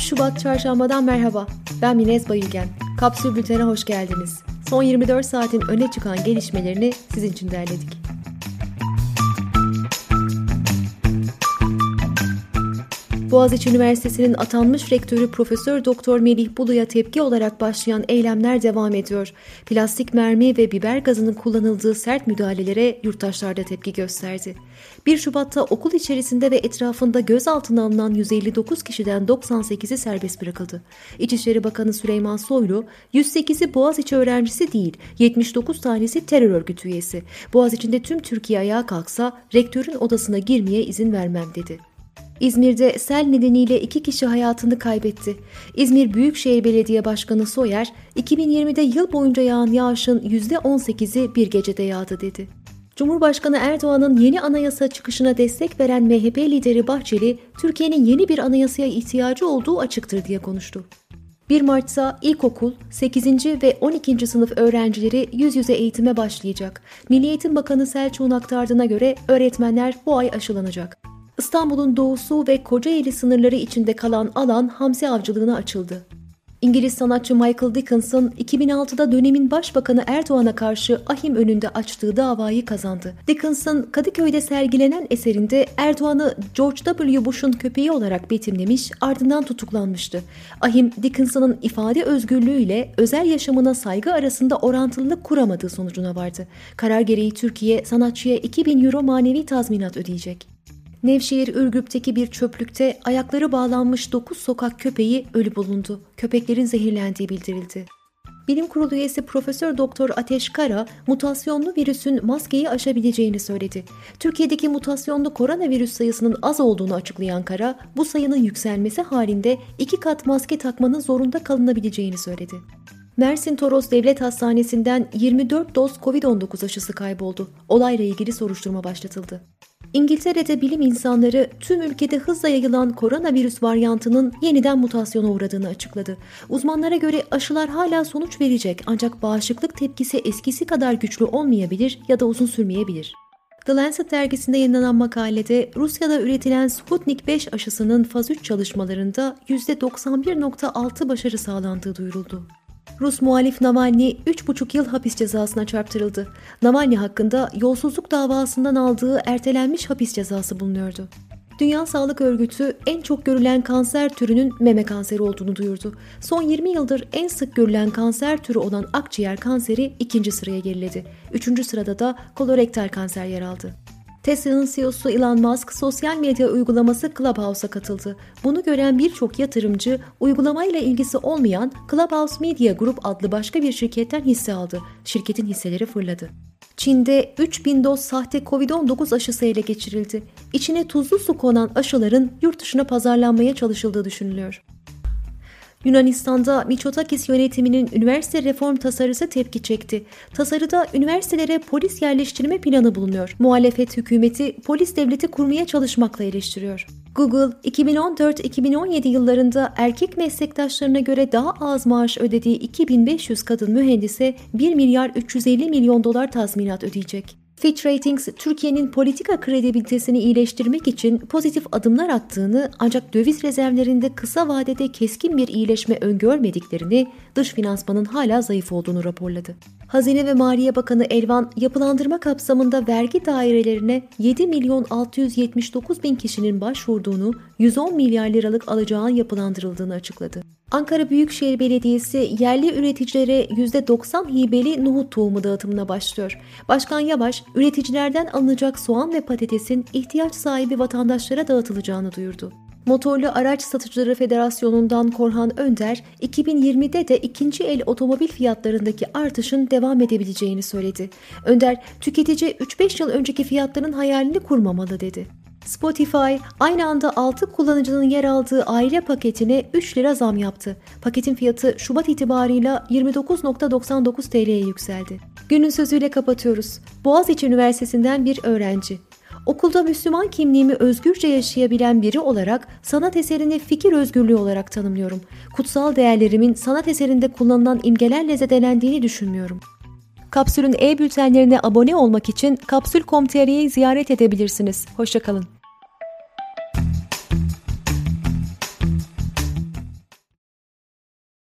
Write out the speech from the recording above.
Şubat Çarşamba'dan merhaba. Ben Minez Bayülgen. Kapsül Bülten'e hoş geldiniz. Son 24 saatin öne çıkan gelişmelerini sizin için derledik. Boğaziçi Üniversitesi'nin atanmış rektörü Profesör Doktor Melih Bulu'ya tepki olarak başlayan eylemler devam ediyor. Plastik mermi ve biber gazının kullanıldığı sert müdahalelere yurttaşlar da tepki gösterdi. 1 Şubat'ta okul içerisinde ve etrafında gözaltına alınan 159 kişiden 98'i serbest bırakıldı. İçişleri Bakanı Süleyman Soylu, 108'i Boğaziçi öğrencisi değil, 79 tanesi terör örgütü üyesi. Boğaziçi'nde tüm Türkiye ayağa kalksa rektörün odasına girmeye izin vermem dedi. İzmir'de sel nedeniyle 2 kişi hayatını kaybetti. İzmir Büyükşehir Belediye Başkanı Soyer, 2020'de yıl boyunca yağan yağışın %18'i bir gecede yağdı dedi. Cumhurbaşkanı Erdoğan'ın yeni anayasa çıkışına destek veren MHP lideri Bahçeli, Türkiye'nin yeni bir anayasaya ihtiyacı olduğu açıktır diye konuştu. 1 Mart'ta ilkokul, 8. ve 12. sınıf öğrencileri yüz yüze eğitime başlayacak. Milli Eğitim Bakanı Selçuk'un aktardığına göre öğretmenler bu ay aşılanacak. İstanbul'un doğusu ve Kocaeli sınırları içinde kalan alan hamsi avcılığına açıldı. İngiliz sanatçı Michael Dickinson, 2006'da dönemin başbakanı Erdoğan'a karşı ahim önünde açtığı davayı kazandı. Dickinson, Kadıköy'de sergilenen eserinde Erdoğan'ı George W. Bush'un köpeği olarak betimlemiş, ardından tutuklanmıştı. Ahim, Dickinson'ın ifade özgürlüğüyle özel yaşamına saygı arasında orantılılık kuramadığı sonucuna vardı. Karar gereği Türkiye, sanatçıya 2.000 euro manevi tazminat ödeyecek. Nevşehir Ürgüp'teki bir çöplükte ayakları bağlanmış 9 sokak köpeği ölü bulundu. Köpeklerin zehirlendiği bildirildi. Bilim Kurulu üyesi Profesör Doktor Ateş Kara, mutasyonlu virüsün maskeyi aşabileceğini söyledi. Türkiye'deki mutasyonlu koronavirüs sayısının az olduğunu açıklayan Kara, bu sayının yükselmesi halinde 2 kat maske takmanın zorunda kalınabileceğini söyledi. Mersin Toros Devlet Hastanesi'nden 24 doz COVID-19 aşısı kayboldu. Olayla ilgili soruşturma başlatıldı. İngiltere'de bilim insanları tüm ülkede hızla yayılan koronavirüs varyantının yeniden mutasyona uğradığını açıkladı. Uzmanlara göre aşılar hala sonuç verecek ancak bağışıklık tepkisi eskisi kadar güçlü olmayabilir ya da uzun sürmeyebilir. The Lancet dergisinde yayınlanan makalede Rusya'da üretilen Sputnik 5 aşısının faz 3 çalışmalarında %91.6 başarı sağlandığı duyuruldu. Rus muhalif Navalny 3,5 yıl hapis cezasına çarptırıldı. Navalny hakkında yolsuzluk davasından aldığı ertelenmiş hapis cezası bulunuyordu. Dünya Sağlık Örgütü en çok görülen kanser türünün meme kanseri olduğunu duyurdu. Son 20 yıldır en sık görülen kanser türü olan akciğer kanseri 2. sıraya geriledi. 3. sırada da kolorektal kanser yer aldı. Tesla'nın CEO'su Elon Musk sosyal medya uygulaması Clubhouse'a katıldı. Bunu gören birçok yatırımcı uygulamayla ilgisi olmayan Clubhouse Media Group adlı başka bir şirketten hisse aldı. Şirketin hisseleri fırladı. Çin'de 3.000 doz sahte COVID-19 aşısı ele geçirildi. İçine tuzlu su konan aşıların yurt dışına pazarlanmaya çalışıldığı düşünülüyor. Yunanistan'da Mitsotakis yönetiminin üniversite reform tasarısı tepki çekti. Tasarıda üniversitelere polis yerleştirme planı bulunuyor. Muhalefet hükümeti polis devleti kurmaya çalışmakla eleştiriyor. Google, 2014-2017 yıllarında erkek meslektaşlarına göre daha az maaş ödediği 2500 kadın mühendise 1 milyar 350 milyon dolar tazminat ödeyecek. Fitch Ratings, Türkiye'nin politika kredibilitesini iyileştirmek için pozitif adımlar attığını ancak döviz rezervlerinde kısa vadede keskin bir iyileşme öngörmediklerini, dış finansmanın hala zayıf olduğunu raporladı. Hazine ve Maliye Bakanı Elvan, yapılandırma kapsamında vergi dairelerine 7 milyon 679 bin kişinin başvurduğunu, 110 milyar liralık alacağın yapılandırıldığını açıkladı. Ankara Büyükşehir Belediyesi yerli üreticilere %90 hibeli nohut tohumu dağıtımına başlıyor. Başkan Yavaş, üreticilerden alınacak soğan ve patatesin ihtiyaç sahibi vatandaşlara dağıtılacağını duyurdu. Motorlu Araç Satıcıları Federasyonu'ndan Korhan Önder, 2020'de de ikinci el otomobil fiyatlarındaki artışın devam edebileceğini söyledi. Önder, tüketici 3-5 yıl önceki fiyatların hayalini kurmamalı dedi. Spotify aynı anda 6 kullanıcının yer aldığı aile paketine 3 lira zam yaptı. Paketin fiyatı Şubat itibarıyla 29.99 TL'ye yükseldi. Günün sözüyle kapatıyoruz. Boğaziçi Üniversitesi'nden bir öğrenci. Okulda Müslüman kimliğimi özgürce yaşayabilen biri olarak sanat eserini fikir özgürlüğü olarak tanımlıyorum. Kutsal değerlerimin sanat eserinde kullanılan imgelerle zedelendiğini düşünmüyorum. Kapsül'ün e-bültenlerine abone olmak için kapsül.com.tr'yi ziyaret edebilirsiniz. Hoşça kalın.